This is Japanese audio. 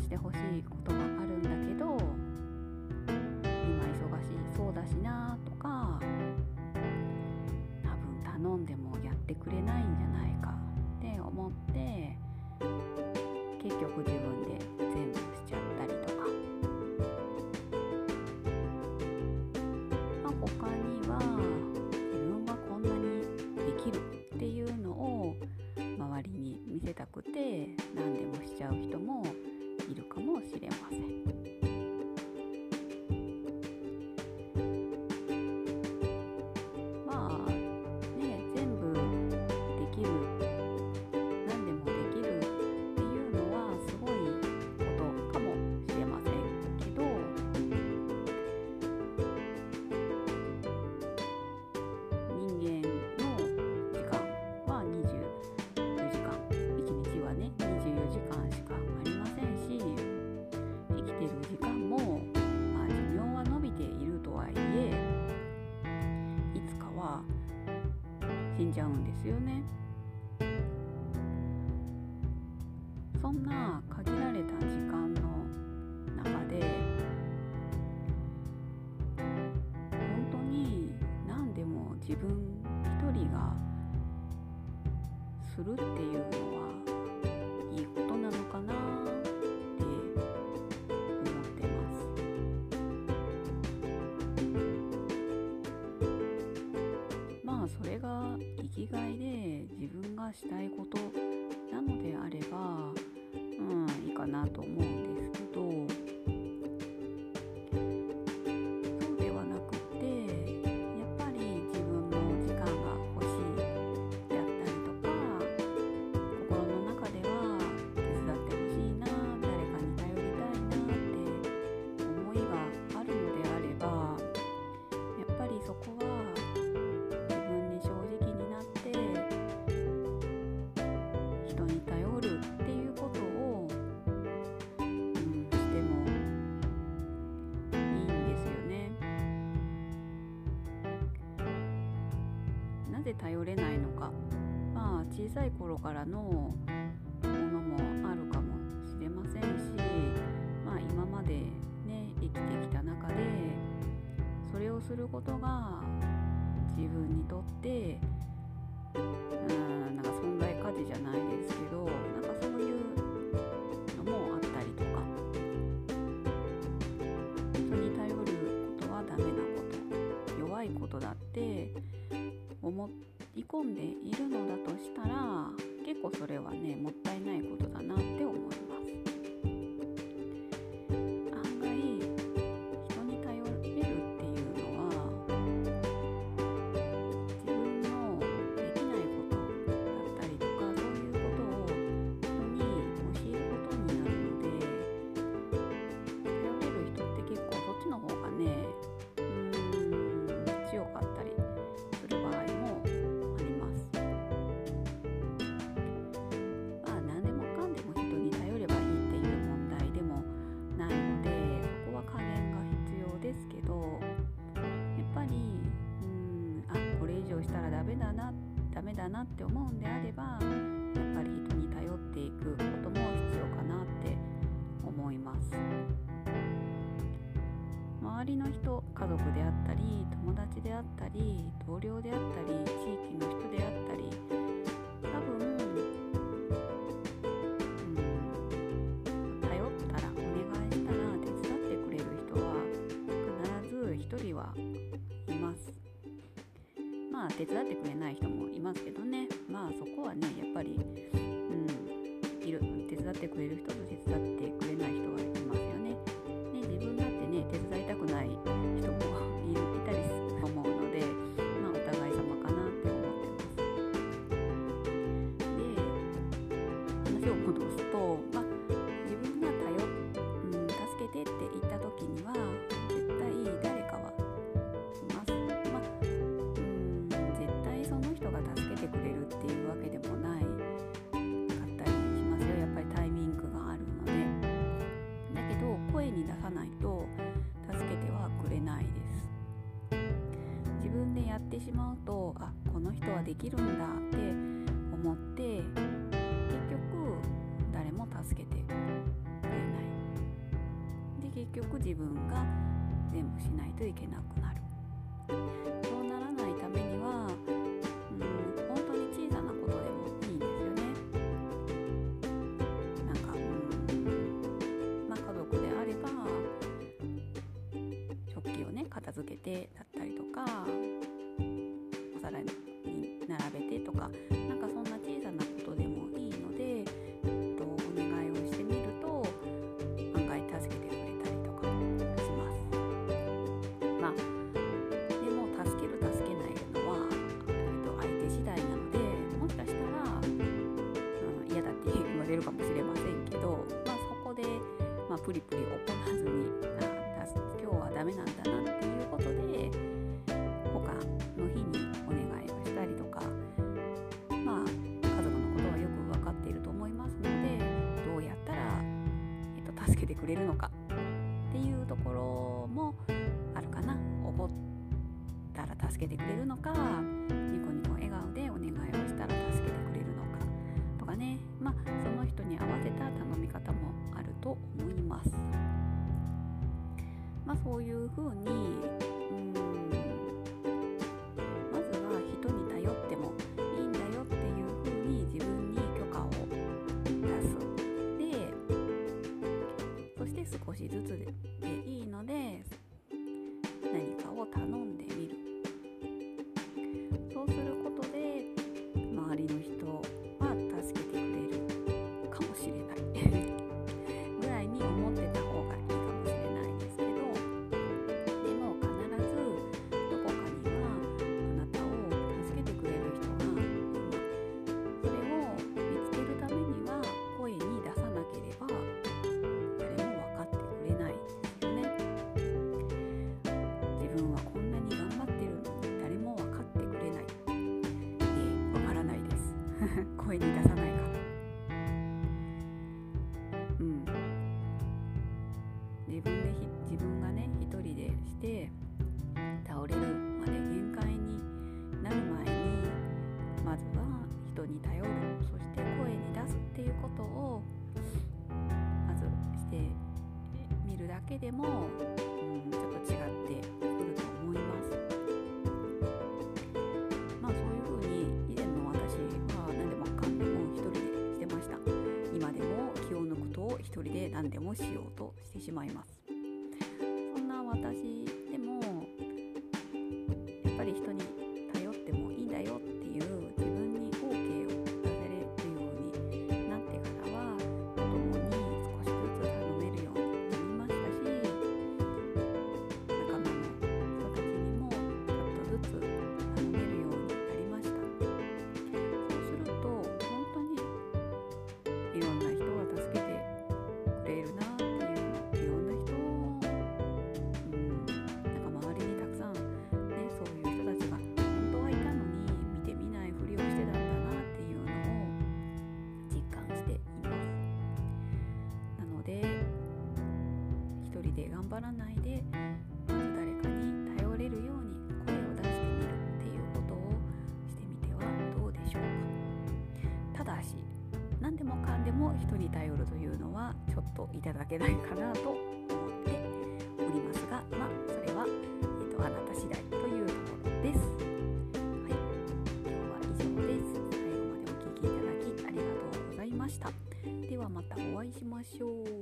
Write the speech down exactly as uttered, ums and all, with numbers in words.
してほしいことがあるんだけど、今忙しいそうだしなとか、多分頼んでもやってくれないんじゃないかって思って、結局自分で全部しちゃったりとか、まあ、他には自分はこんなにできるっていうのを周りに見せたくて何でもしちゃう人もいるかもしれません。まあね、全部できる、何でもできるっていうのはすごいことかもしれませんけど、人間の時間はにじゅうよじかん、いちにちはねにじゅうよじかんしかありませんし、生きてる時間も、まあ、寿命は伸びているとはいえ、いつかは死んじゃうんですよね。そんな限られた時間の中で本当に何でも自分一人がするっていうのはいいことなのかなって思ってます。まあそれが生きがいで自分がしたいことなのであれば、うん、いいかなと思うんですけど、そうではなくて、やっぱり自分の時間が欲しいであったりとか、心の中では手伝ってほしいな、誰かに頼りたいなって思いがあるのであれば、やっぱりそこは自分に正直になって人に頼るっていうことを、うん、してもいいんですよね。なぜ頼れないのか、まあ小さい頃からのものもあるかもしれませんし、まあ今までね生きてきた中でそれをすることが自分にとってうーんなんか存在価値じゃないですけど、なんかそういうのもあったりとか、人に頼ることはダメなこと、弱いことだって思い込んでいるのだとしたら、結構それはねもったいないことだなって思います。案外人に頼れるっていうのは自分のできないことだったりとか、そういうことを人に教えることになるので、頼れる人って結構そっちの方がねうーん強かったりする場合もあります。まあ何でもかんでも人に頼ればいいっていう問題でもないので、そこは加減が必要ですけど、やっぱりうーんあこれ以上したらダメだなダメだなって思うんであれば、やっぱり人に頼っていくことも必要かなって思います。周りの人、家族であったり友達であったり同僚であったり地域の人であったり、多分、うん、頼ったらお願いしたら手伝ってくれる人は必ず一人はいます。まあ手伝ってくれない人もいますけどね、まあそこはねやっぱり、うん、いる手伝ってくれる人と手伝ってくれない人はいますよね。ね、自分だってね手伝いたくない人もいるいたりすると思うので、まあお互い様かなって思ってます。で、話を戻すと、まあ自分が頼、うん、助けてって言った時には絶対誰かはいます。まあ、うん、絶対その人が助けてくれるっていうわけでもないかったりしますよ。やっぱりタイミングがあるので。だけど声に出さないと助けてはくれないです。自分でやってしまうと、あ、この人はできるんだって思って結局誰も助けてくれない。 局自分が全部しないといけなくなる。そうならないためには、うん、本当に小さなことでもいいんですよね。なんか、うんまあ、家族であれば食器をね片付けてだったりとか、お皿に並べてとか、なんかそんな小さなことでもいいので、えっと、お願いをしてみると案外助けてくれたりとかします。まあでも助ける助けないのは、えっと、相手次第なので、もしかしたら、うん、嫌だって言われるかもしれませんけど、まあ、そこで、まあ、プリプリ怒らずに、あ今日はダメなんだなっていうことで他の日にお願いをしたりとか、まあ家族のことはよく分かっていると思いますので、どうやったら、えっと、助けてくれるのかっていうところもあるかな。怒ったら助けてくれるのか、ニコニコ笑顔でお願いをしたら助けてくれるのかとかね、まあその人に合わせた頼み方もあると思います。まあそういうふうに、うんまずは人に頼ってもいいんだよっていうふうに自分に許可を出す。で、そして少しずつでいいので何かを頼んでみる。そうすることで周りの人は助けてくれるかもしれないぐらいに思ってた方がいいかもしれないですけど、でも必ずどこかにはあなたを助けてくれる人がいます。それを見つけるためには声に出さなければ誰も分かってくれないんですよね。自分はこんなに頑張ってるのに誰も分かってくれない。ええ、分からないです声に出さないから。うん自分でひ自分がね一人でして倒れるまで限界になる前に、まずは人に頼る、そして声に出すっていうことをまずしてみるだけでも、うん、ちょっと違ってくると思います。まあそういうふうに以前の私は何でもかんでも一人でしてました。今でも気を抜くと一人で何でもしようとしてしまいます。そんな私でもやっぱり人に頼ってもいいんだよっていう自分に オーケー を出せれるようになってからは、子供に少しずつ頼めるようになりましたし、仲間の人たちにもちょっとずつ頼めるようになりました。そうすると本当にいろんな人が助けてくれるなっていうの、いろんな人、うん、なんか周りにたくさん、ね、そういう人たちが本当はいたのに見て見ないふりをしてたんだなっていうのを実感しています。なので一人で頑張らないで、まず誰かに頼れるように声を出してみるっていうことをしてみてはどうでしょうか。ただし何でもかんでも人に頼るというのはちょっといただけないかなと思っておりますが、まあそれは、えっと、あなた次第というところです。はい、今日は以上です。最後までお聞きいただきありがとうございました。ではまたお会いしましょう。